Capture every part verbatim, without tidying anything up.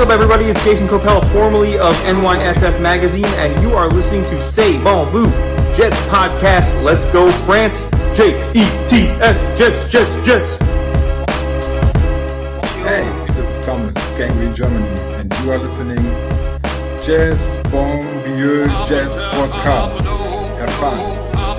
up, everybody? It's Jason Coppell, formerly of N Y S F Magazine, and you are listening to C'est Bon Vu, Jets Podcast. Let's go, France! J E T S, Jets, Jets, Jets! Hey, this is Thomas, Gangly Germany, and you are listening Jazz Bon Vieux Jazz Podcast. Have fun!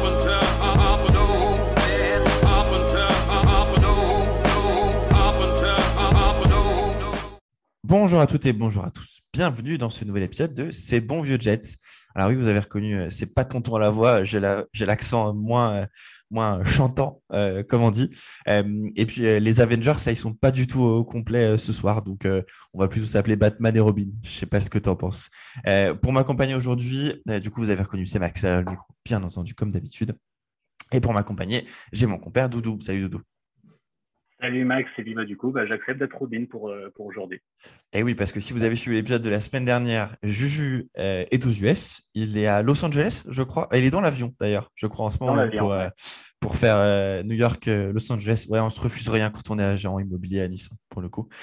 Bonjour à toutes et bonjour à tous. Bienvenue dans ce nouvel épisode de C'est Bon Vieux Jets. Alors oui, vous avez reconnu, c'est pas tonton à la voix, j'ai, la, j'ai l'accent moins, euh, moins chantant, euh, comme on dit. Euh, et puis euh, les Avengers, là, ils sont pas du tout au complet euh, ce soir, donc euh, on va plutôt s'appeler Batman et Robin. Je sais pas ce que tu en penses. Euh, pour m'accompagner aujourd'hui, euh, du coup, vous avez reconnu, c'est Max à le micro, bien entendu, comme d'habitude. Et pour m'accompagner, j'ai mon compère Doudou. Salut Doudou. Salut Max, c'est Lima du coup, bah, j'accepte d'être Robin pour, euh, pour aujourd'hui. Et oui, parce que si vous avez suivi l'épisode de la semaine dernière, Juju euh, est aux U S, il est à Los Angeles, je crois. Il est dans l'avion d'ailleurs, je crois en ce moment, pour, euh, pour faire euh, New York, euh, Los Angeles. Ouais, on se refuse rien quand on est agent immobilier à Nice, pour le coup.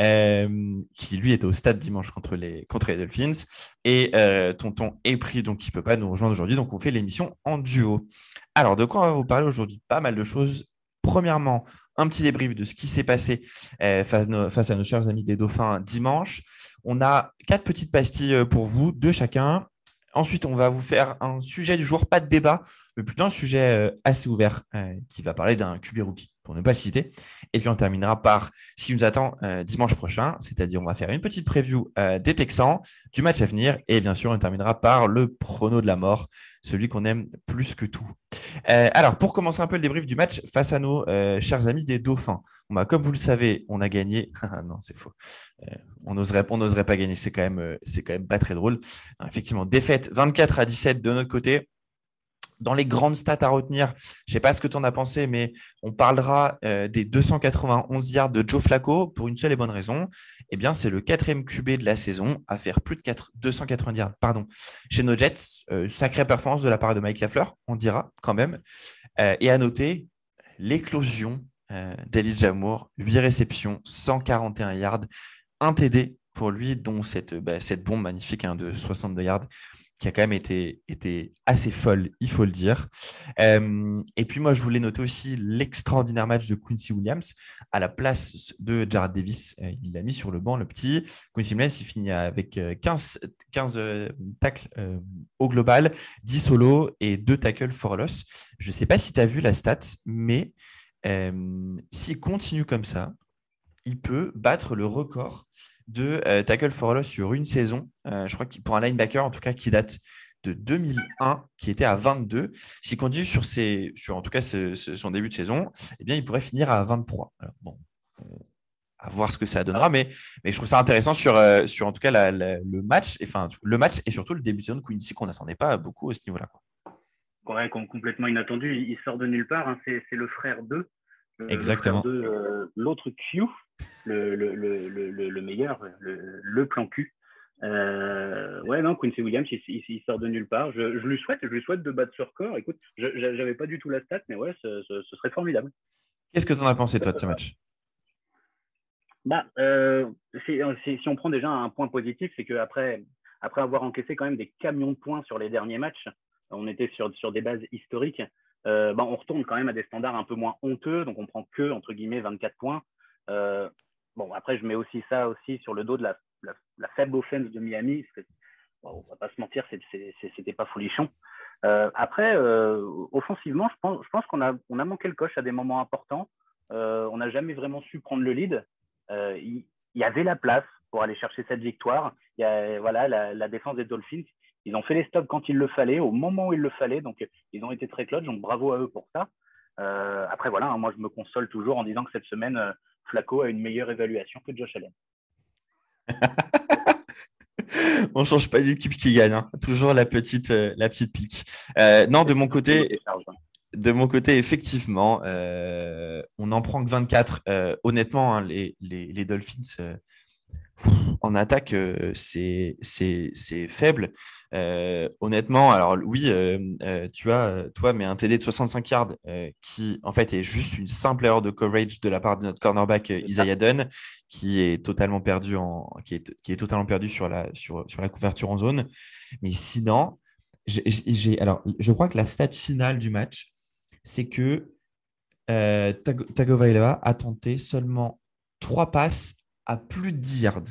Euh, qui lui était au stade dimanche contre les, contre les Dolphins. Et euh, Tonton est pris, donc il ne peut pas nous rejoindre aujourd'hui. Donc on fait l'émission en duo. Alors, de quoi on va vous parler aujourd'hui? Pas mal de choses. Premièrement, un petit débrief de ce qui s'est passé euh, face, no, face à nos chers amis des Dauphins dimanche. On a quatre petites pastilles pour vous, deux chacun. Ensuite, on va vous faire un sujet du jour, pas de débat, mais plutôt un sujet euh, assez ouvert euh, qui va parler d'un Q B rookie, pour ne pas le citer. Et puis, on terminera par ce qui nous attend euh, dimanche prochain, c'est-à-dire on va faire une petite preview euh, des Texans, du match à venir, et bien sûr, on terminera par le prono de la mort, celui qu'on aime plus que tout. Euh, alors, pour commencer un peu le débrief du match face à nos euh, chers amis des Dauphins, bon, bah, comme vous le savez, on a gagné. non, c'est faux. Euh, on n'oserait, on n'oserait pas gagner. C'est quand même, euh, c'est quand même pas très drôle. Non, effectivement, défaite vingt-quatre à dix-sept de notre côté. Dans les grandes stats à retenir, je ne sais pas ce que tu en as pensé, mais on parlera euh, des deux cent quatre-vingt-onze yards de Joe Flacco pour une seule et bonne raison. Eh bien, c'est le quatrième Q B de la saison à faire plus de quatre, deux cent quatre-vingts yards pardon, chez nos Jets. Euh, sacrée performance de la part de Mike Lafleur, on dira quand même. Euh, et à noter l'éclosion euh, d'Elijah Moore, huit réceptions, cent quarante et un yards, un T D pour lui, dont cette, bah, cette bombe magnifique hein, de soixante-deux yards qui a quand même été, été assez folle, il faut le dire. Euh, et puis moi, je voulais noter aussi l'extraordinaire match de Quincy Williams à la place de Jarrad Davis. Euh, il l'a mis sur le banc, le petit. Quincy Williams, il finit avec quinze, quinze euh, tacles euh, au global, dix solos et deux tackles for loss. Je ne sais pas si tu as vu la stat, mais euh, s'il continue comme ça, il peut battre le record de euh, tackle for loss sur une saison. Euh, je crois que pour un linebacker, en tout cas, qui date de deux mille un, qui était à vingt-deux. S'il continue sur, ses, sur en tout cas ce, ce, son début de saison, eh bien, il pourrait finir à vingt-trois. Alors, bon, euh, à voir ce que ça donnera, mais, mais je trouve ça intéressant sur, euh, sur en tout cas la, la, le match, et, enfin le match et surtout le début de saison de Quincy qu'on n'attendait pas beaucoup à ce niveau-là. Quoi. Ouais, complètement inattendu. Il sort de nulle part. Hein. C'est, c'est le frère d'eux. Le, Exactement. Le frère de euh, l'autre Q. Le, le, le, le, le meilleur, le, le plan cul. Euh, ouais, non, Quincy Williams, il, il, il sort de nulle part. Je, je lui souhaite, je lui souhaite de battre ce record. Écoute, je n'avais pas du tout la stat, mais ouais, ce, ce, ce serait formidable. Qu'est-ce que tu en as pensé, toi, de ce match? Bah, euh, c'est, c'est, si on prend déjà un point positif, c'est qu'après après avoir encaissé quand même des camions de points sur les derniers matchs, on était sur, sur des bases historiques, euh, bah, on retourne quand même à des standards un peu moins honteux, donc on prend que, entre guillemets, vingt-quatre points. Euh, Bon, après, je mets aussi ça aussi sur le dos de la, la, la faible offense de Miami. Parce que, bon, on va pas se mentir, c'est, c'est, c'est, c'était pas folichon. Euh, après, euh, offensivement, je pense, je pense qu'on a, on a manqué le coche à des moments importants. Euh, on n'a jamais vraiment su prendre le lead. Euh, il, il y avait la place pour aller chercher cette victoire. Il y a, voilà, la, la défense des Dolphins, ils ont fait les stops quand il le fallait, au moment où il le fallait. Donc, ils ont été très clutch. Donc, bravo à eux pour ça. Euh, après, voilà, hein, moi, je me console toujours en disant que cette semaine, euh, Flacco a une meilleure évaluation que Josh Allen. On ne change pas d'équipe qui gagne, hein. Toujours la petite, euh, la petite pique. Euh, non, de mon côté, de mon côté, effectivement, euh, on n'en prend que vingt-quatre. Euh, honnêtement, hein, les, les, les Dolphins, euh, En attaque, euh, c'est, c'est, c'est faible. Euh, honnêtement, alors oui, euh, euh, tu as, toi, mais un T D de soixante-cinq yards euh, qui, en fait, est juste une simple erreur de coverage de la part de notre cornerback euh, Isaiah Dunn, qui est totalement perdu en, qui est, qui est totalement perdu sur la, sur, sur la couverture en zone. Mais sinon, j'ai, j'ai- alors, je crois que la stat finale du match, c'est que euh, Tago- Tagovailoa a tenté seulement trois passes à plus de dix yards.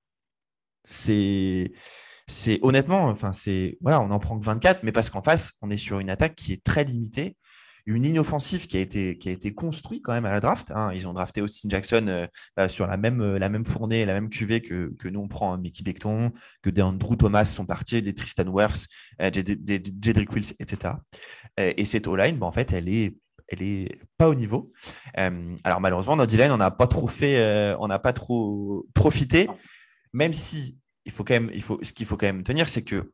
C'est, c'est honnêtement, enfin, c'est, voilà, on n'en prend que vingt-quatre, mais parce qu'en face, on est sur une attaque qui est très limitée, une ligne offensive qui a été, qui a été construite quand même à la draft, hein. Ils ont drafté Austin Jackson euh, bah, sur la même, euh, la même fournée, la même cuvée que, que nous on prend, hein, Mickey Becton, que des Andrew Thomas sont partis, des Tristan Wirfs, euh, des, des, des Jedrick Wills, et cetera. Euh, et cette O-line, bah, en fait, elle est elle est pas au niveau. Euh, alors malheureusement, notre D-line, on n'a pas trop fait, euh, on n'a pas trop profité, même si il faut quand même, il faut, ce qu'il faut quand même tenir, c'est que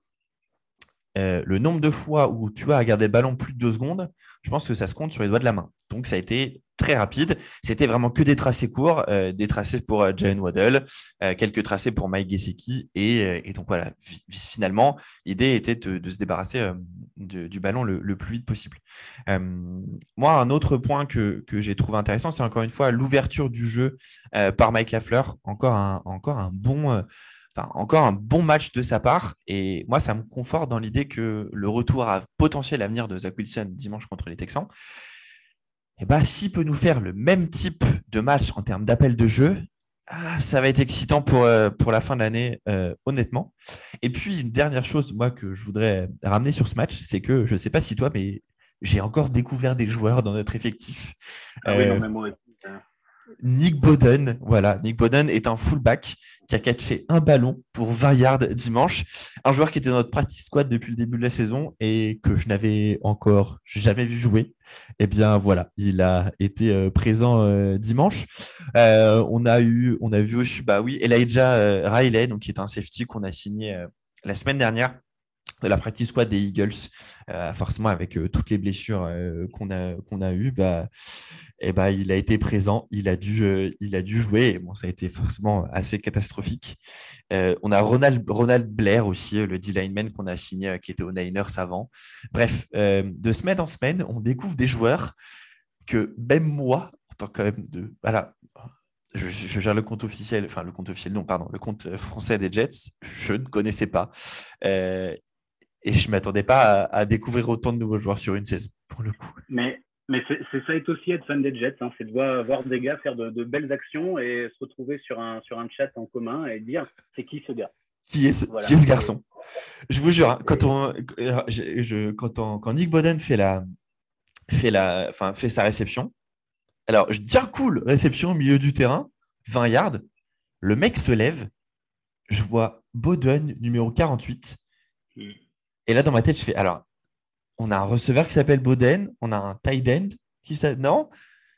euh, le nombre de fois où tu as gardé le ballon plus de deux secondes, je pense que ça se compte sur les doigts de la main. Donc, ça a été très rapide. C'était vraiment que des tracés courts, euh, des tracés pour euh, Jalen Waddle, euh, quelques tracés pour Mike Gesicki. Et, euh, et donc, voilà, finalement, l'idée était de, de se débarrasser euh, de, du ballon le, le, plus vite possible. Euh, moi, un autre point que, que j'ai trouvé intéressant, c'est encore une fois l'ouverture du jeu euh, par Mike Lafleur. Encore un, encore un bon. Euh, Enfin, encore un bon match de sa part. Et moi, ça me conforte dans l'idée que le retour à potentiel avenir de Zach Wilson dimanche contre les Texans, eh ben, s'il peut nous faire le même type de match en termes d'appel de jeu, ah, ça va être excitant pour, euh, pour la fin de l'année, euh, honnêtement. Et puis, une dernière chose, moi, que je voudrais ramener sur ce match, c'est que je ne sais pas si toi, mais j'ai encore découvert des joueurs dans notre effectif. Ah oui, non, Euh, mais moi aussi. Nick Bowden, voilà, Nick Bowden est un fullback qui a catché un ballon pour vingt yards dimanche. Un joueur qui était dans notre practice squad depuis le début de la saison et que je n'avais encore jamais vu jouer. Eh bien, voilà, il a été euh, présent euh, dimanche. Euh, on a eu, on a vu aussi, bah oui, Elijah euh, Riley, donc qui est un safety qu'on a signé euh, la semaine dernière de la practice squad des Eagles, euh, forcément avec euh, toutes les blessures euh, qu'on a, qu'on a eues, bah, eh bah, il a été présent, il a dû, euh, il a dû jouer. Et bon, ça a été forcément assez catastrophique. Euh, on a Ronald, Ronald Blair aussi, le D-lineman qu'on a signé, euh, qui était aux Niners avant. Bref, euh, de semaine en semaine, on découvre des joueurs que même moi, en tant que quand même de, voilà, je, je gère le compte officiel, enfin le compte officiel, non, pardon, le compte français des Jets, je ne connaissais pas. Euh, et je ne m'attendais pas à, à, découvrir autant de nouveaux joueurs sur une saison, pour le coup. Mais, mais c'est, c'est ça est aussi être fan des Jets, hein, c'est de voir, voir des gars faire de, de belles actions et se retrouver sur un, sur un chat en commun et dire c'est qui ce gars. Qui est ce, voilà. Qui est ce garçon? Je vous jure, hein, quand, on, je, je, quand, on, quand Nick Bowden fait, la, fait, la, enfin, fait sa réception, alors je dis ah, cool, réception au milieu du terrain, vingt yards, le mec se lève, je vois Bowden, numéro quarante-huit, mm. Et là dans ma tête, je fais alors, on a un receveur qui s'appelle Bowden, on a un tight end qui s'appelle. Non?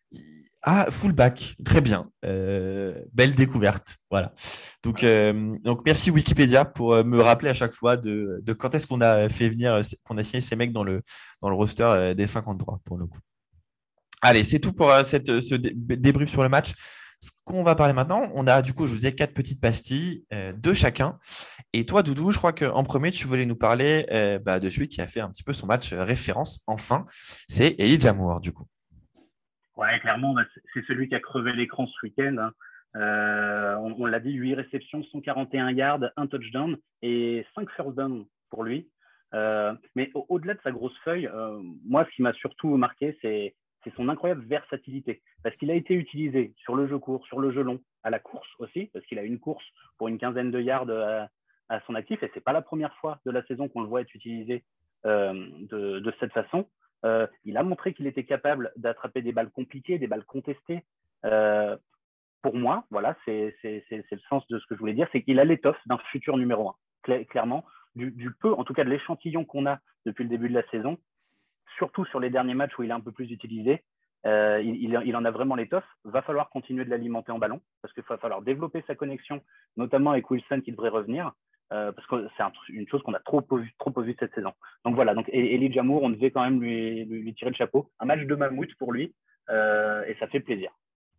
Ah, fullback, très bien. Euh, belle découverte. Voilà. Donc, euh, donc, merci Wikipédia pour euh, me rappeler à chaque fois de, de quand est-ce qu'on a fait venir, qu'on a signé ces mecs dans le, dans le roster euh, des cinquante-trois pour le coup. Allez, c'est tout pour euh, cette, ce dé- débrief sur le match. Ce qu'on va parler maintenant, on a du coup, je vous ai quatre petites pastilles, euh, deux chacun. Et toi, Doudou, je crois qu'en premier, tu voulais nous parler euh, bah, de celui qui a fait un petit peu son match euh, référence. Enfin, c'est Elijah Moore, du coup. Ouais, clairement, bah, c'est celui qui a crevé l'écran ce week-end. Hein. Euh, on, on l'a dit, huit réceptions, cent quarante et un yards, un touchdown et cinq first down pour lui. Euh, mais au- au-delà de sa grosse feuille, euh, moi, ce qui m'a surtout marqué, c'est, c'est son incroyable versatilité. Parce qu'il a été utilisé sur le jeu court, sur le jeu long, à la course aussi, parce qu'il a une course pour une quinzaine de yards à, à son actif. Et ce n'est pas la première fois de la saison qu'on le voit être utilisé euh, de, de cette façon. Euh, il a montré qu'il était capable d'attraper des balles compliquées, des balles contestées. Euh, pour moi, voilà, c'est, c'est, c'est, c'est le sens de ce que je voulais dire, c'est qu'il a l'étoffe d'un futur numéro un. Cla- clairement, du, du peu, en tout cas de l'échantillon qu'on a depuis le début de la saison, surtout sur les derniers matchs où il est un peu plus utilisé, euh, il, il, il en a vraiment l'étoffe. Va falloir continuer de l'alimenter en ballon, parce qu'il va falloir développer sa connexion, notamment avec Wilson qui devrait revenir. Euh, parce que c'est un, une chose qu'on a trop vu, trop vu cette saison. Donc voilà, donc Elijah Moore, on devait quand même lui, lui, lui tirer le chapeau. Un match de mammouth pour lui, euh, et ça fait plaisir.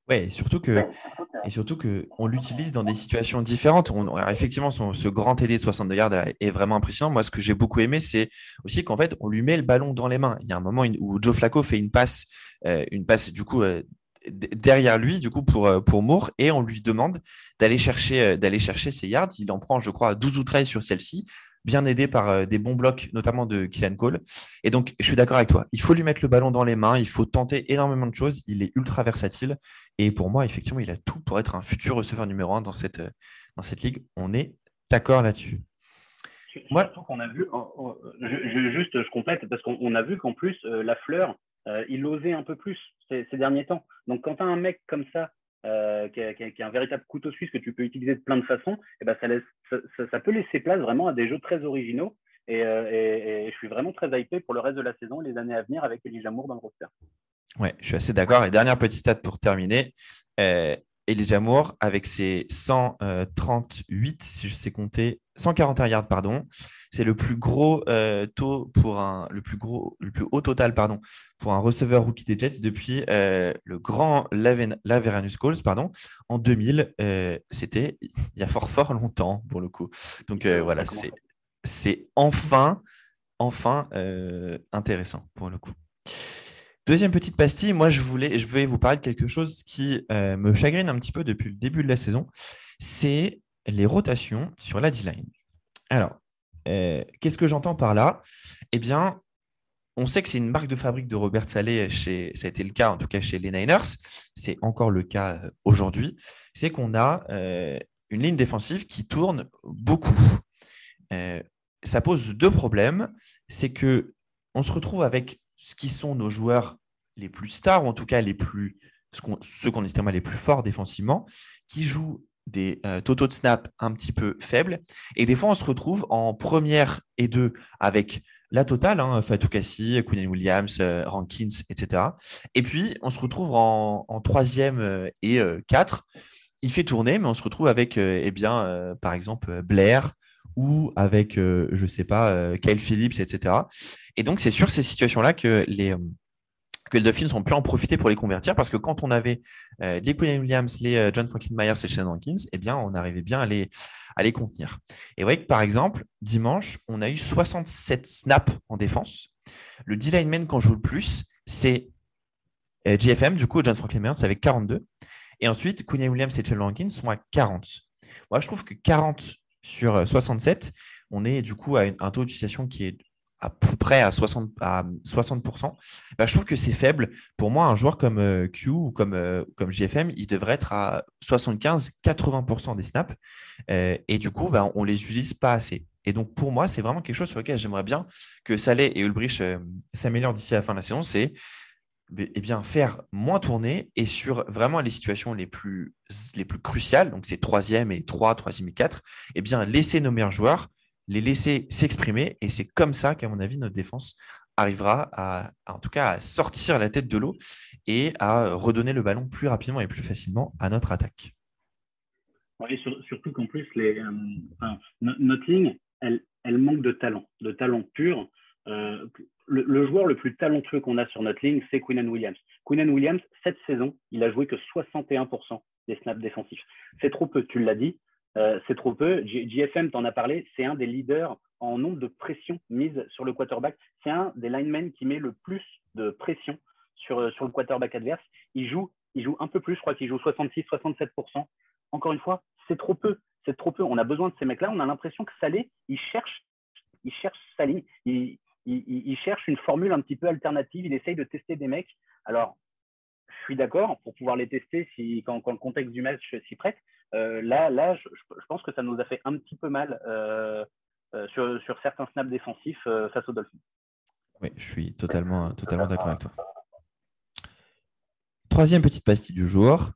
Ouais, et surtout que, et surtout que on l'utilise dans des situations différentes. On, alors effectivement, son, ce grand T D de soixante-deux yards là, est vraiment impressionnant. Moi, ce que j'ai beaucoup aimé, c'est aussi qu'en fait, on lui met le ballon dans les mains. Il y a un moment où Joe Flacco fait une passe, euh, une passe du coup euh, d- derrière lui, du coup pour euh, pour Moore, et on lui demande d'aller chercher euh, d'aller chercher ses yards. Il en prend, je crois, douze ou treize sur celle-ci, bien aidé par euh, des bons blocs, notamment de Kylian Cole. Et donc, je suis d'accord avec toi. Il faut lui mettre le ballon dans les mains. Il faut tenter énormément de choses. Il est ultra versatile. Et pour moi, effectivement, il a tout pour être un futur receveur numéro un dans cette, euh, dans cette ligue. On est d'accord là-dessus. Moi, Surtout qu'on a vu, je, je, juste je complète, parce qu'on a vu qu'en plus, euh, Lafleur, euh, il osait un peu plus ces, ces derniers temps. Donc quand tu as un mec comme ça, euh, qui, a, qui, a, qui, a, un véritable couteau suisse que tu peux utiliser de plein de façons, et ben ça, laisse, ça, ça, ça peut laisser place vraiment à des jeux très originaux. Et, euh, et, et je suis vraiment très hypé pour le reste de la saison et les années à venir avec Elijah Moore dans le roster. ouais, je suis assez d'accord. Et dernière petite stat pour terminer. Euh, Elijah Moore, avec ses cent trente-huit, si je sais compter, cent quarante et un yards, pardon, c'est le plus gros euh, taux pour un, le plus gros, le plus haut total, pardon, pour un receveur rookie des Jets depuis euh, le grand Laven, Laveranues Calls, pardon, en deux mille. Euh, c'était il y a fort fort longtemps pour le coup. Donc euh, voilà, c'est, c'est enfin, enfin euh, intéressant pour le coup. Deuxième petite pastille, moi je voulais, je vais vous parler de quelque chose qui euh, me chagrine un petit peu depuis le début de la saison, c'est les rotations sur la D-line. Alors, euh, qu'est-ce que j'entends par là? Eh bien, on sait que c'est une marque de fabrique de Robert Saleh, chez, ça a été le cas en tout cas chez les Niners, c'est encore le cas euh, aujourd'hui, c'est qu'on a euh, une ligne défensive qui tourne beaucoup. Euh, ça pose deux problèmes, c'est que on se retrouve avec ce qui sont nos joueurs les plus stars, ou en tout cas les plus, ce qu'on, ceux qu'on estime les plus forts défensivement, qui jouent des euh, totaux de snap un petit peu faibles. Et des fois, on se retrouve en première et deux avec la totale, hein, Fatou Kassi, Quinnen Williams, euh, Rankins, et cetera. Et puis, on se retrouve en, en troisième euh, et euh, quatre. Il fait tourner, mais on se retrouve avec, euh, eh bien, euh, par exemple, Blair, ou avec, euh, je ne sais pas, euh, Kyle Phillips, et cetera. Et donc, c'est sur ces situations-là que les, euh, que les Dolphins ont pu en profiter pour les convertir, parce que quand on avait euh, les Quinn Williams, les euh, John Franklin Myers et Shane Rankins, eh bien, on arrivait bien à les, à les contenir. Et vous voyez que, par exemple, dimanche, on a eu soixante-sept snaps en défense. Le D-lineman qu'on joue le plus, c'est euh, J F M, du coup, John Franklin Myers avec quarante-deux. Et ensuite, Quinn Williams et Shane Rankins sont à quarante. Moi, je trouve que quarante sur soixante-sept, on est du coup à un taux d'utilisation qui est à peu près à soixante, à soixante pour cent. Bah, je trouve que c'est faible. Pour moi, un joueur comme euh, Q ou comme, euh, comme J F M, il devrait être à soixante-quinze à quatre-vingts pour cent des snaps. Euh, et du coup, bah, on ne les utilise pas assez. Et donc, pour moi, c'est vraiment quelque chose sur lequel j'aimerais bien que Saleh et Ulbrich euh, s'améliorent d'ici à la fin de la saison. C'est eh bien, faire moins tourner et sur vraiment les situations les plus, les plus cruciales, donc c'est troisième et trois, troisième et quatre, eh bien, laisser nos meilleurs joueurs, les laisser s'exprimer. Et c'est comme ça qu'à mon avis, notre défense arrivera à, à, en tout cas, à sortir la tête de l'eau et à redonner le ballon plus rapidement et plus facilement à notre attaque. Oui, sur, surtout qu'en plus, les, euh, enfin, notre ligne, elle, elle manque de talent, de talent pur. Euh, le, le joueur le plus talentueux qu'on a sur notre ligne, c'est Quinnen Williams. Quinnen Williams, cette saison, il a joué que soixante et un pour cent des snaps défensifs. C'est trop peu, tu l'as dit, euh, c'est trop peu. J F M t'en a parlé, c'est un des leaders en nombre de pressions mises sur le quarterback. C'est un des linemen qui met le plus de pression sur, sur le quarterback adverse. Il joue, il joue un peu plus, je crois qu'il joue soixante-six à soixante-sept pour cent. Encore une fois, c'est trop peu. C'est trop peu. On a besoin de ces mecs-là. On a l'impression que Saleh, il cherche, il cherche sa ligne. Il, il, il cherche une formule un petit peu alternative. Il essaye de tester des mecs. Alors, je suis d'accord pour pouvoir les tester si, quand, quand le contexte du match s'y prête. Euh, là, là je, je pense que ça nous a fait un petit peu mal euh, euh, sur, sur certains snaps défensifs euh, face aux Dolphins. Oui, je suis totalement, totalement d'accord avec toi. Troisième petite pastille du jour.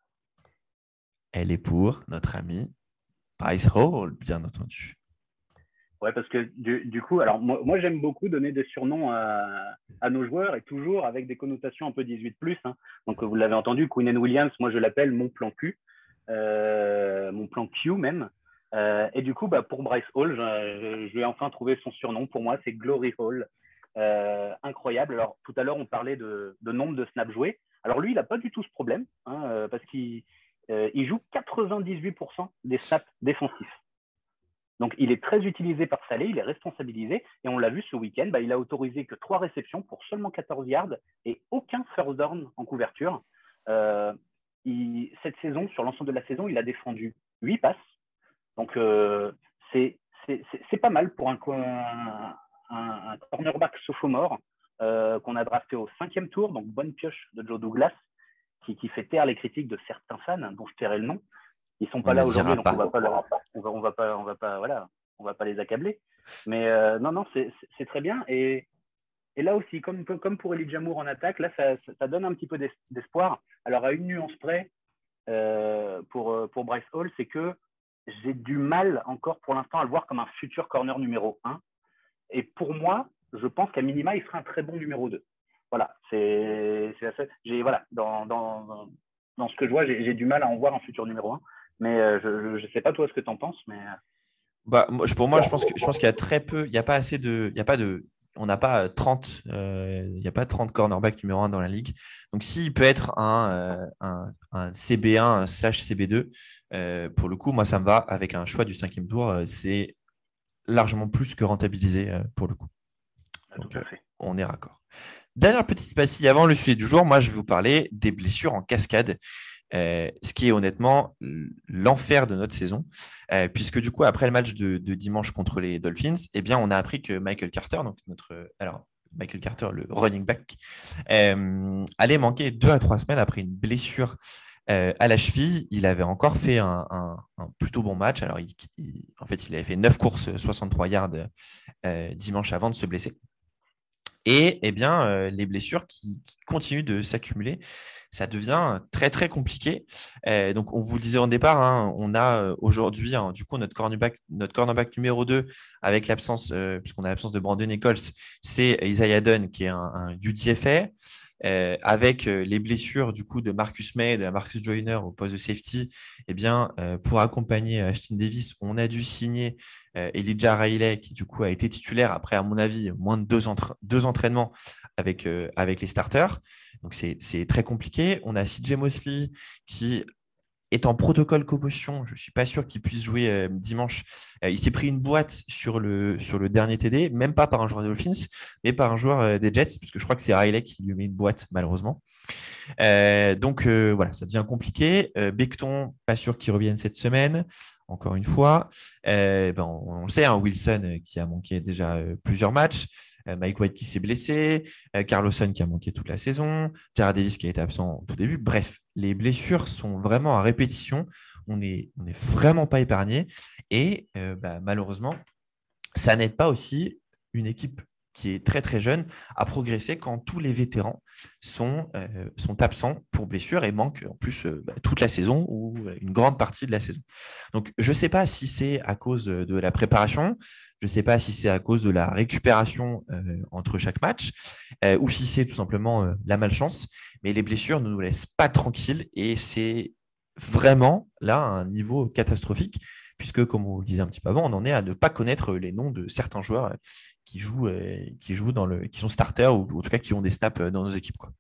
Elle est pour notre ami Bryce Hall, bien entendu. Ouais, parce que du, du coup, alors moi, moi j'aime beaucoup donner des surnoms à, à nos joueurs et toujours avec des connotations un peu dix-huit plus. Hein. Donc vous l'avez entendu, Quinnen Williams, moi je l'appelle mon plan Q, euh, mon plan Q même. Euh, et du coup, bah, pour Bryce Hall, je, je vais enfin trouver son surnom. Pour moi, c'est Glory Hall. euh, incroyable. Alors, tout à l'heure, on parlait de, de nombre de snaps joués. Alors, lui, il n'a pas du tout ce problème hein, euh, parce qu'il euh, il joue quatre-vingt-dix-huit pour cent des snaps défensifs. Donc, il est très utilisé par Saleh, il est responsabilisé. Et on l'a vu ce week-end, bah, il a autorisé que trois réceptions pour seulement quatorze yards et aucun first down en couverture. Euh, il, cette saison, sur l'ensemble de la saison, il a défendu huit passes. Donc, euh, c'est, c'est, c'est, c'est pas mal pour un, un, un, un cornerback sophomore euh, qu'on a drafté au cinquième tour. Donc, bonne pioche de Joe Douglas qui, qui fait taire les critiques de certains fans, dont je tairai le nom. Ils sont pas on là aujourd'hui, donc pas. on va pas, leur, on va, on va pas, on va pas, voilà, on va pas les accabler. Mais euh, non, non, c'est, c'est, c'est très bien. Et, et là aussi, comme, comme pour Elijah Moore en attaque, là, ça, ça donne un petit peu d'espoir. Alors, à une nuance près, euh, pour, pour Bryce Hall, c'est que j'ai du mal encore pour l'instant à le voir comme un futur corner numéro un. Et pour moi, je pense qu'à minima, il sera un très bon numéro deux. Voilà, c'est, c'est assez, j'ai, voilà, dans, dans, dans ce que je vois, j'ai, j'ai du mal à en voir un futur numéro un. Mais euh, je ne sais pas toi ce que tu en penses. Mais... Bah, pour moi, je pense, que, je pense qu'il y a très peu, il n'y a pas assez de. Il y a pas de on n'a pas trente, euh, il n'y a pas trente cornerbacks numéro un dans la ligue. Donc, s'il peut être un, euh, un, un C B un un slash C B deux, euh, pour le coup, moi, ça me va avec un choix du cinquième tour. Euh, c'est largement plus que rentabilisé euh, pour le coup. Donc, euh, on est raccord. Dernière petite spatille avant le sujet du jour, moi, je vais vous parler des blessures en cascade. Euh, ce qui est honnêtement l'enfer de notre saison, euh, puisque du coup, après le match de, de dimanche contre les Dolphins, eh bien, on a appris que Michael Carter, donc notre, alors Michael Carter, le running back, euh, allait manquer deux à trois semaines après une blessure euh, à la cheville. Il avait encore fait un, un, un plutôt bon match. Alors, il, il, en fait, il avait fait neuf courses, soixante-trois yards euh, dimanche avant de se blesser. Et eh bien, euh, les blessures qui, qui continuent de s'accumuler, ça devient très, très compliqué. Euh, donc, on vous le disait au départ, hein, on a euh, aujourd'hui, hein, du coup, notre cornerback, notre cornerback numéro deux, avec l'absence, euh, puisqu'on a l'absence de Brandon Nichols, c'est Isaiah Dunn, qui est un, un U D F A. Euh, avec euh, les blessures du coup de Marcus May et de Marcus Joyner au poste de safety, eh bien, euh, pour accompagner Ashton Davis, on a dû signer euh, Elijah Riley, qui du coup a été titulaire après, à mon avis, moins de deux, entra- deux entraînements avec, euh, avec les starters. Donc, c'est, c'est très compliqué. On a C J Mosley qui est en protocole commotion. Je ne suis pas sûr qu'il puisse jouer euh, dimanche. Euh, il s'est pris une boîte sur le, sur le dernier T D, même pas par un joueur des Dolphins, mais par un joueur euh, des Jets, parce que je crois que c'est Riley qui lui met une boîte, malheureusement. Euh, donc, euh, voilà, ça devient compliqué. Euh, Becton, pas sûr qu'il revienne cette semaine, encore une fois. Euh, ben, on, on le sait, hein, Wilson euh, qui a manqué déjà euh, plusieurs matchs. Euh, Mike White qui s'est blessé, euh, Carlosson qui a manqué toute la saison, Jared Davis qui a été absent au tout début. Bref, les blessures sont vraiment à répétition. On n'est on est vraiment pas épargné. Et euh, bah, malheureusement, ça n'aide pas aussi une équipe qui est très très jeune à progresser quand tous les vétérans sont, euh, sont absents pour blessure et manquent en plus euh, bah, toute la saison ou une grande partie de la saison. Donc je ne sais pas si c'est à cause de la préparation, je ne sais pas si c'est à cause de la récupération euh, entre chaque match euh, ou si c'est tout simplement euh, la malchance, mais les blessures ne nous laissent pas tranquilles et c'est vraiment là un niveau catastrophique puisque, comme on le disait un petit peu avant, on en est à ne pas connaître les noms de certains joueurs qui jouent, euh, qui jouent dans le, qui sont starters ou en tout cas qui ont des snaps dans nos équipes, quoi.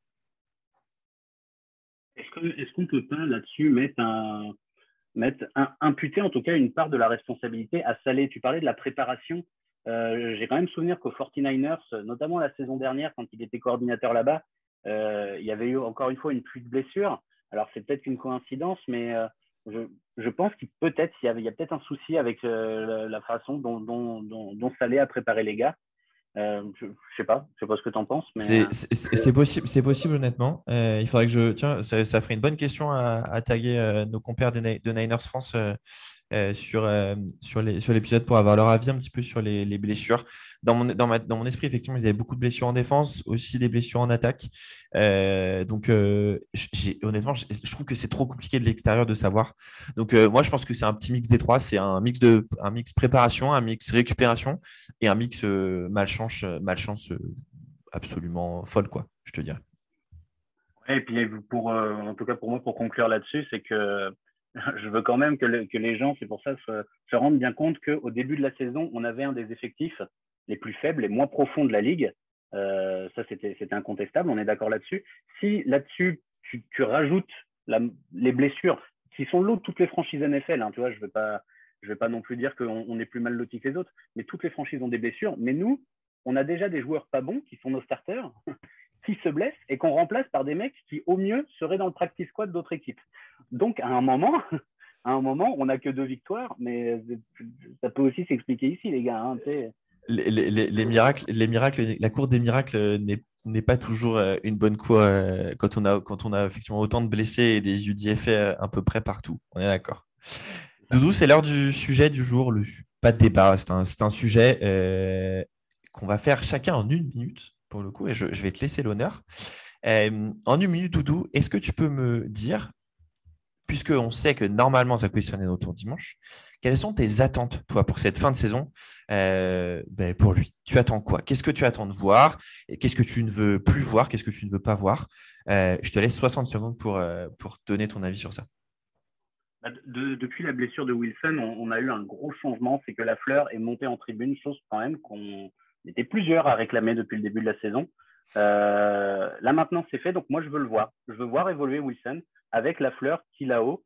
Est-ce que, est-ce qu'on peut pas là-dessus mettre un, mettre un, imputer en tout cas une part de la responsabilité à Saleh? Tu parlais de la préparation. Euh, j'ai quand même souvenir qu'aux forty-niners, notamment la saison dernière, quand il était coordinateur là-bas, euh, il y avait eu encore une fois une pluie de blessures. Alors c'est peut-être une coïncidence, mais euh, je, je pense qu'il peut-être il y, avait, il y a peut-être un souci avec euh, la, la façon dont, dont, dont, dont Saleh a préparé les gars. Euh, je, je sais pas, je sais pas ce que tu en penses, mais c'est, c'est, c'est possible, c'est possible honnêtement. Euh, il faudrait que je, tiens, ça, ça ferait une bonne question à, à taguer euh, nos compères de, de Niners France euh, euh, sur euh, sur, les, sur l'épisode pour avoir leur avis un petit peu sur les, les blessures. Dans mon dans ma, dans mon esprit, effectivement, ils avaient beaucoup de blessures en défense, aussi des blessures en attaque. Euh, donc, euh, j'ai, honnêtement, je, je trouve que c'est trop compliqué de l'extérieur de savoir. Donc, euh, moi, je pense que c'est un petit mix des trois. C'est un mix de un mix préparation, un mix récupération et un mix euh, malchance malchance. Euh, absolument folle, quoi, je te dirais. Ouais, et puis pour, euh, en tout cas pour moi, pour conclure là-dessus, c'est que je veux quand même que, le, que les gens, c'est pour ça, se, se rendent bien compte qu'au début de la saison, on avait un des effectifs les plus faibles, les moins profonds de la ligue. Euh, ça, c'était, c'était incontestable, on est d'accord là-dessus. Si là-dessus, tu, tu rajoutes la, les blessures, qui sont l'eau de toutes les franchises N F L, hein, tu vois, je ne vais pas, je vais pas non plus dire qu'on on est plus mal lotis que les autres, mais toutes les franchises ont des blessures. Mais nous, on a déjà des joueurs pas bons, qui sont nos starters, qui se blessent et qu'on remplace par des mecs qui, au mieux, seraient dans le practice squad d'autres équipes. Donc, à un moment... À un moment, on n'a que deux victoires, mais ça peut aussi s'expliquer ici, les gars. Hein, les, les, les, miracles, les miracles, la cour des miracles n'est, n'est pas toujours une bonne cour euh, quand on a, quand on a effectivement autant de blessés et des U D F A à peu près partout. On est d'accord. Doudou, c'est l'heure du sujet du jour. Le, pas de débat, c'est un, c'est un sujet euh, qu'on va faire chacun en une minute, pour le coup, et je, je vais te laisser l'honneur. Euh, en une minute, Doudou, est-ce que tu peux me dire, puisqu'on sait que normalement Zach Wilson est autour dimanche, quelles sont tes attentes, toi, pour cette fin de saison euh, ben, pour lui? Tu attends quoi? Qu'est-ce que tu attends de voir? Et qu'est-ce que tu ne veux plus voir? Qu'est-ce que tu ne veux pas voir? euh, Je te laisse soixante secondes pour, euh, pour donner ton avis sur ça. De, depuis la blessure de Wilson, on, on a eu un gros changement, c'est que Lafleur est monté en tribune, chose quand même qu'on était plusieurs à réclamer depuis le début de la saison. Euh, là maintenant c'est fait, donc moi je veux le voir. Je veux voir évoluer Wilson avec Lafleur qui là-haut,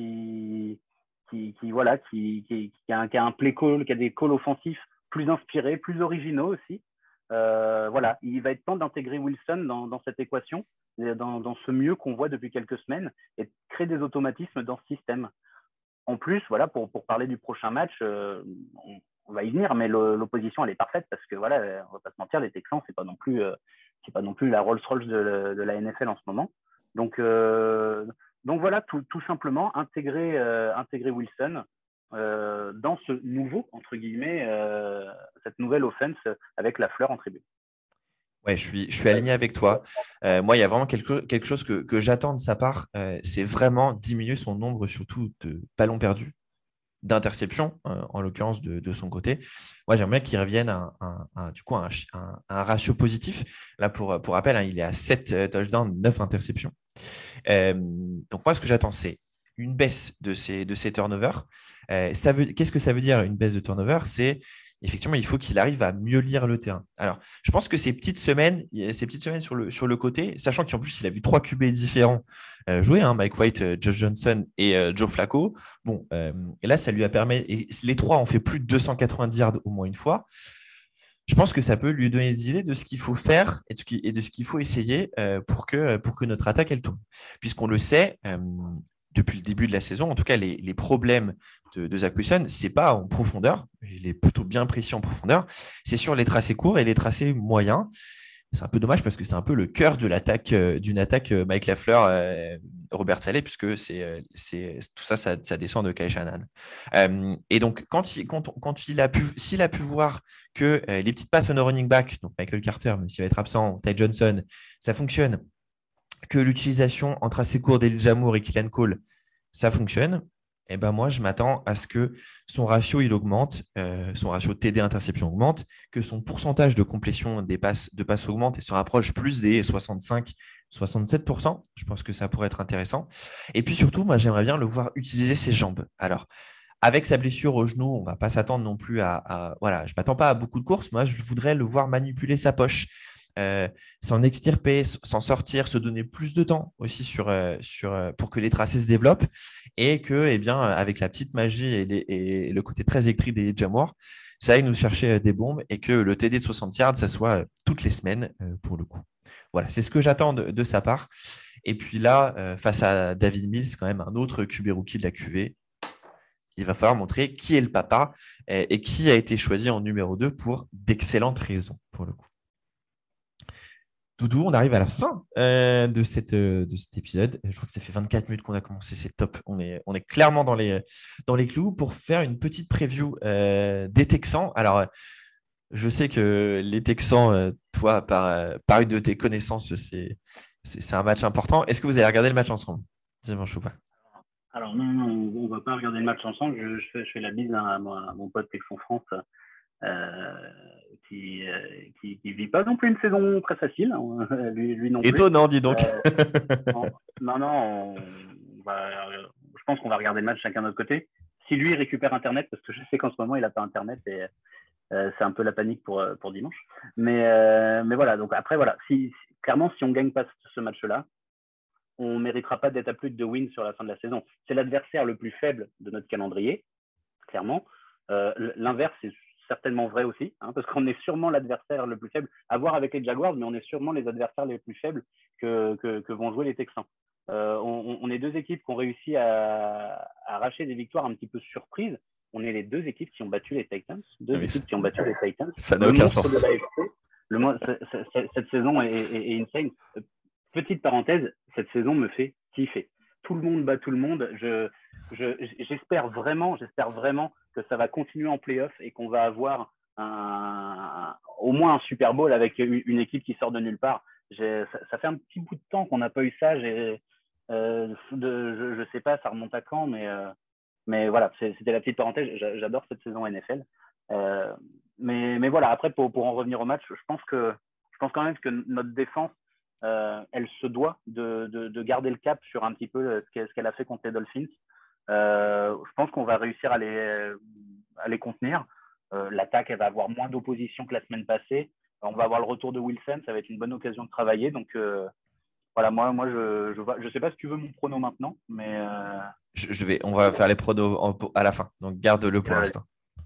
qui, qui, qui voilà, qui, qui, qui, a un, qui a un play call, qui a des calls offensifs plus inspirés, plus originaux aussi. Euh, voilà, il va être temps d'intégrer Wilson dans, dans cette équation, dans, dans ce mieux qu'on voit depuis quelques semaines, et de créer des automatismes dans ce système. En plus, voilà, pour, pour parler du prochain match, euh, on, on va y venir, mais le, l'opposition elle est parfaite parce que voilà, on va pas se mentir, les Texans c'est pas non plus, euh, c'est pas non plus la Rolls-Royce de, de la N F L en ce moment. Donc, euh, donc voilà, tout, tout simplement intégrer, euh, intégrer Wilson euh, dans ce nouveau, entre guillemets, euh, cette nouvelle offense avec Lafleur en tribune. Ouais, je suis, je suis aligné avec toi. Euh, moi, il y a vraiment quelque, quelque chose que, que j'attends de sa part. Euh, c'est vraiment diminuer son nombre, surtout de ballons perdus, d'interceptions, euh, en l'occurrence de, de son côté. Moi, j'aimerais qu'il revienne à, un, à, du coup, un, un, un ratio positif. Là, pour, pour rappel, hein, il est à sept touchdowns, neuf interceptions. Euh, donc, moi, ce que j'attends, c'est une baisse de ces, de ces turnovers. Euh, ça veut, qu'est-ce que ça veut dire, une baisse de turnovers? C'est effectivement, il faut qu'il arrive à mieux lire le terrain. Alors, je pense que ces petites semaines, ces petites semaines sur le, sur le côté, sachant qu'en plus, il a vu trois Q B différents euh, jouer, hein, Mike White, euh, Josh Johnson et euh, Joe Flacco. Bon, euh, et là, ça lui a permis, et les trois ont fait plus de deux cent quatre-vingt-dix yards au moins une fois. Je pense que ça peut lui donner des idées de ce qu'il faut faire et de ce, qui, et de ce qu'il faut essayer euh, pour, que, pour que notre attaque, elle tourne. Puisqu'on le sait, euh, depuis le début de la saison, en tout cas, les, les problèmes de, de Zach Wilson, ce n'est pas en profondeur, il est plutôt bien précis en profondeur, c'est sur les tracés courts et les tracés moyens. C'est un peu dommage parce que c'est un peu le cœur de l'attaque, euh, d'une attaque euh, Mike Lafleur, euh, Robert Saleh, puisque c'est, euh, c'est, tout ça, ça, ça descend de Kyle Shanahan. Euh, et donc, quand il, quand, quand il a pu, s'il a pu voir que euh, les petites passes on running back, donc Michael Carter, même s'il va être absent, Ty Johnson, ça fonctionne, que l'utilisation en tracé court d'Elijah Moore et Killian Cole, ça fonctionne, et ben moi, je m'attends à ce que son ratio il augmente, euh, son ratio T D interception augmente, que son pourcentage de complétion des passes, de passes augmente et se rapproche plus des soixante-cinq soixante-sept pour cent. Je pense que ça pourrait être intéressant. Et puis surtout, moi, j'aimerais bien le voir utiliser ses jambes. Alors, avec sa blessure au genou, on ne va pas s'attendre non plus à, à… Voilà, je ne m'attends pas à beaucoup de courses. Moi, je voudrais le voir manipuler sa poche. Euh, s'en extirper, s'en sortir, se donner plus de temps aussi sur, euh, sur, euh, pour que les tracés se développent et que, eh bien, avec la petite magie et, les, et le côté très électrique des Jamour, ça aille nous chercher des bombes et que le T D de soixante yards, ça soit toutes les semaines euh, pour le coup. Voilà, c'est ce que j'attends de, de sa part. Et puis là, euh, face à David Mills, quand même un autre Q B rookie de la Q V, il va falloir montrer qui est le papa et, et qui a été choisi en numéro deux pour d'excellentes raisons pour le coup. Doudou, on arrive à la fin euh, de, cette, euh, de cet épisode. Je crois que ça fait vingt-quatre minutes qu'on a commencé, c'est top. On est, on est clairement dans les, dans les clous pour faire une petite preview euh, des Texans. Alors, je sais que les Texans, euh, toi, par, par une de tes connaissances, c'est, c'est, c'est un match important. Est-ce que vous allez regarder le match ensemble, dimanche ou pas? Alors non, non, on ne va pas regarder le match ensemble. Je, je, fais, je fais la bise à, mon, à mon pote Texan France. Euh, qui, euh, qui qui vit pas non plus une saison très facile, hein, lui, lui non plus. Étonnant, dis donc. Euh, non, non, on, on va, je pense qu'on va regarder le match chacun de notre côté. Si lui récupère Internet, parce que je sais qu'en ce moment il n'a pas Internet et, Euh, c'est un peu la panique pour, pour dimanche. Mais, euh, mais voilà, donc après, voilà, si, si, clairement, si on ne gagne pas ce match-là, on ne méritera pas d'être à plus de deux wins sur la fin de la saison. C'est l'adversaire le plus faible de notre calendrier, clairement. Euh, l'inverse, c'est certainement vrai aussi, hein, parce qu'on est sûrement l'adversaire le plus faible, à voir avec les Jaguars, mais on est sûrement les adversaires les plus faibles que, que, que vont jouer les Texans. Euh, on, on est deux équipes qui ont réussi à, à arracher des victoires un petit peu surprises. On est les deux équipes qui ont battu les Titans, deux ah, équipes ça... qui ont battu les Titans. Ça n'a aucun sens. Le, c- c- c- cette saison est, est, est insane. Petite parenthèse, cette saison me fait kiffer. Tout le monde bat tout le monde. Je, je, j'espère vraiment, j'espère vraiment que ça va continuer en play-off et qu'on va avoir un, au moins un Super Bowl avec une équipe qui sort de nulle part. J'ai, ça, ça fait un petit bout de temps qu'on n'a pas eu ça. J'ai, euh, de, je, je sais pas, ça remonte à quand, mais, euh, mais voilà, c'est, c'était la petite parenthèse. J'adore cette saison N F L. Euh, mais, mais voilà, après, pour, pour en revenir au match, je pense que, je pense quand même que notre défense, Euh, elle se doit de, de, de garder le cap sur un petit peu ce qu'elle a fait contre les Dolphins. Euh, je pense qu'on va réussir à les, à les contenir. Euh, l'attaque, elle va avoir moins d'opposition que la semaine passée. On va avoir le retour de Wilson, ça va être une bonne occasion de travailler. Donc euh, voilà, moi, moi je je, je sais pas si tu veux mon prono maintenant, mais euh... je, je vais, on va faire les pronos en, à la fin. Donc garde-le pour euh, l'instant.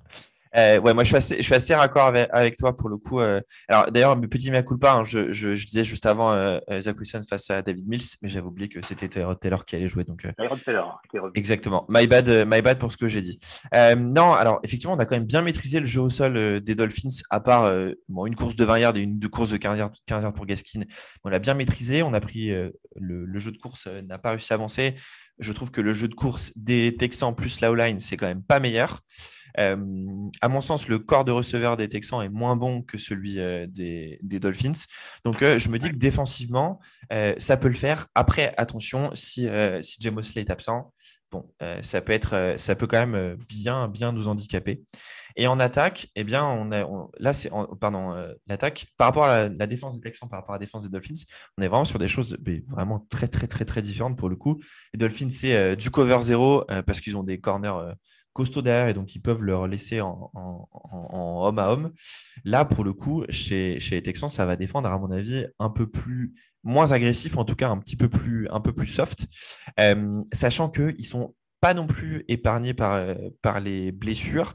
Euh, ouais, moi je suis assez, je suis assez raccord avec, avec toi pour le coup. Euh, alors d'ailleurs, petit mea culpa, hein, je, je, je disais juste avant euh, Zach Wilson face à David Mills, mais j'avais oublié que c'était Tyrod Taylor qui allait jouer. Donc euh, Tyrod Taylor. Exactement. My bad, my bad pour ce que j'ai dit. Euh, non, alors effectivement, on a quand même bien maîtrisé le jeu au sol euh, des Dolphins, à part euh, bon, une course de vingt yards et une de course de quinze yards, quinze yards pour Gaskin. On l'a bien maîtrisé. On a pris euh, le, le jeu de course euh, n'a pas réussi à avancer. Je trouve que le jeu de course des Texans plus la O-line, c'est quand même pas meilleur. Euh, à mon sens, le corps de receveur des Texans est moins bon que celui euh, des, des Dolphins. Donc, euh, je me dis que défensivement, euh, ça peut le faire. Après, attention, si, euh, si Jay Mosley est absent, bon, euh, ça peut être, euh, ça peut quand même bien, bien nous handicaper. Et en attaque, eh bien, on a, on, là, c'est, en, pardon, euh, l'attaque par rapport à la, la défense des Texans, par rapport à la défense des Dolphins, on est vraiment sur des choses mais vraiment très, très, très, très différentes pour le coup. Les Dolphins, c'est euh, du cover zéro euh, parce qu'ils ont des corners euh, costauds derrière et donc ils peuvent leur laisser en, en, en, en homme à homme. Là, pour le coup, chez, chez les Texans, ça va défendre, à mon avis, un peu plus moins agressif, en tout cas un petit peu plus, un peu plus soft, euh, sachant qu'ils sont pas non plus épargnés par, euh, par les blessures.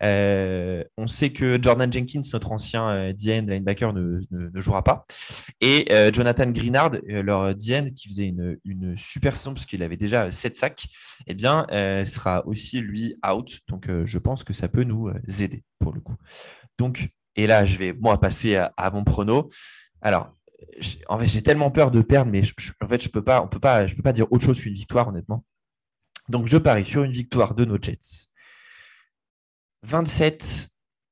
Euh, on sait que Jordan Jenkins, notre ancien euh, D-end linebacker, ne, ne, ne jouera pas. Et euh, Jonathan Greenard, euh, leur D-end, qui faisait une, une super saison parce qu'il avait déjà sept sacs, eh bien, euh, sera aussi, lui, out. Donc, euh, je pense que ça peut nous euh, aider, pour le coup. Donc, et là, je vais, moi, passer à, à mon prono. Alors, en fait, j'ai tellement peur de perdre, mais je, je, en fait, je peux pas, on peut pas, je peux pas dire autre chose qu'une victoire, honnêtement. Donc, je parie sur une victoire de nos Jets. vingt-sept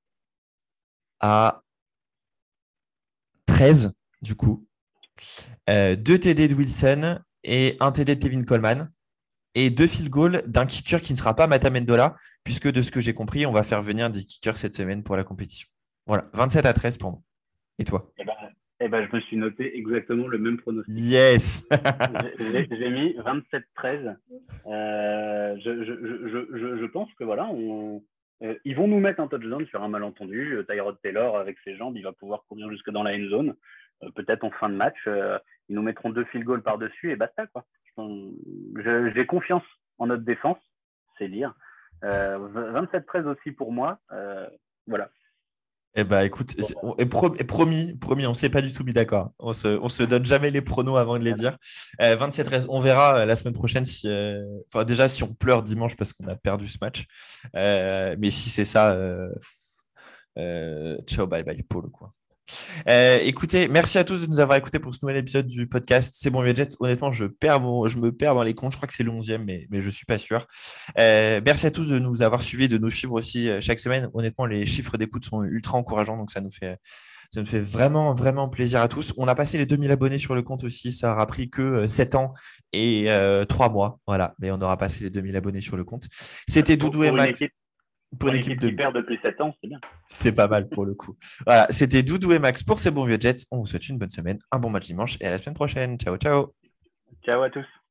à treize, du coup. Euh, deux T D de Wilson et un T D de Tevin Coleman. Et deux field goals d'un kicker qui ne sera pas Matt Amendola, puisque de ce que j'ai compris, on va faire venir des kickers cette semaine pour la compétition. Voilà, vingt-sept à treize pour moi. Et toi ? Eh ben, eh ben, je me suis noté exactement le même pronostic. Yes. j'ai, j'ai mis vingt-sept treize. Euh, je, je, je, je, je pense que voilà, on, euh, ils vont nous mettre un touchdown sur un malentendu. Tyrod Taylor, avec ses jambes, il va pouvoir courir jusque dans la end zone. Euh, peut-être en fin de match, euh, ils nous mettront deux field goals par-dessus et basta, quoi. Je, j'ai confiance en notre défense, c'est dire. Euh, vingt-sept treize aussi pour moi. Euh, voilà. Eh ben, écoute, on, et pro, et promis, promis, on ne s'est pas du tout mis d'accord. On se, on se donne jamais les pronos avant de les dire. Euh, vingt-sept treize, on verra euh, la semaine prochaine si, euh, enfin, déjà si on pleure dimanche parce qu'on a perdu ce match. Euh, mais si c'est ça, euh, euh, ciao, bye bye pour le coup. Euh, écoutez, merci à tous de nous avoir écoutés pour ce nouvel épisode du podcast C'est bon, Jets. Honnêtement, je, perds mon, je me perds dans les comptes. Je crois que c'est le onzième, mais, mais je ne suis pas sûr. Euh, merci à tous de nous avoir suivis, de nous suivre aussi chaque semaine. Honnêtement, les chiffres d'écoute sont ultra encourageants, donc ça nous fait, ça nous fait vraiment, vraiment plaisir à tous. On a passé les deux mille abonnés sur le compte aussi. Ça aura pris que sept ans et euh, trois mois. Voilà, mais on aura passé les deux mille abonnés sur le compte. C'était Doudou et Max. Pour une équipe, équipe de... qui perd depuis sept ans, c'est bien. C'est pas mal pour le coup. Voilà, c'était Doudou et Max pour ces bons vieux Jets. On vous souhaite une bonne semaine, un bon match dimanche et à la semaine prochaine. Ciao, ciao. Ciao à tous.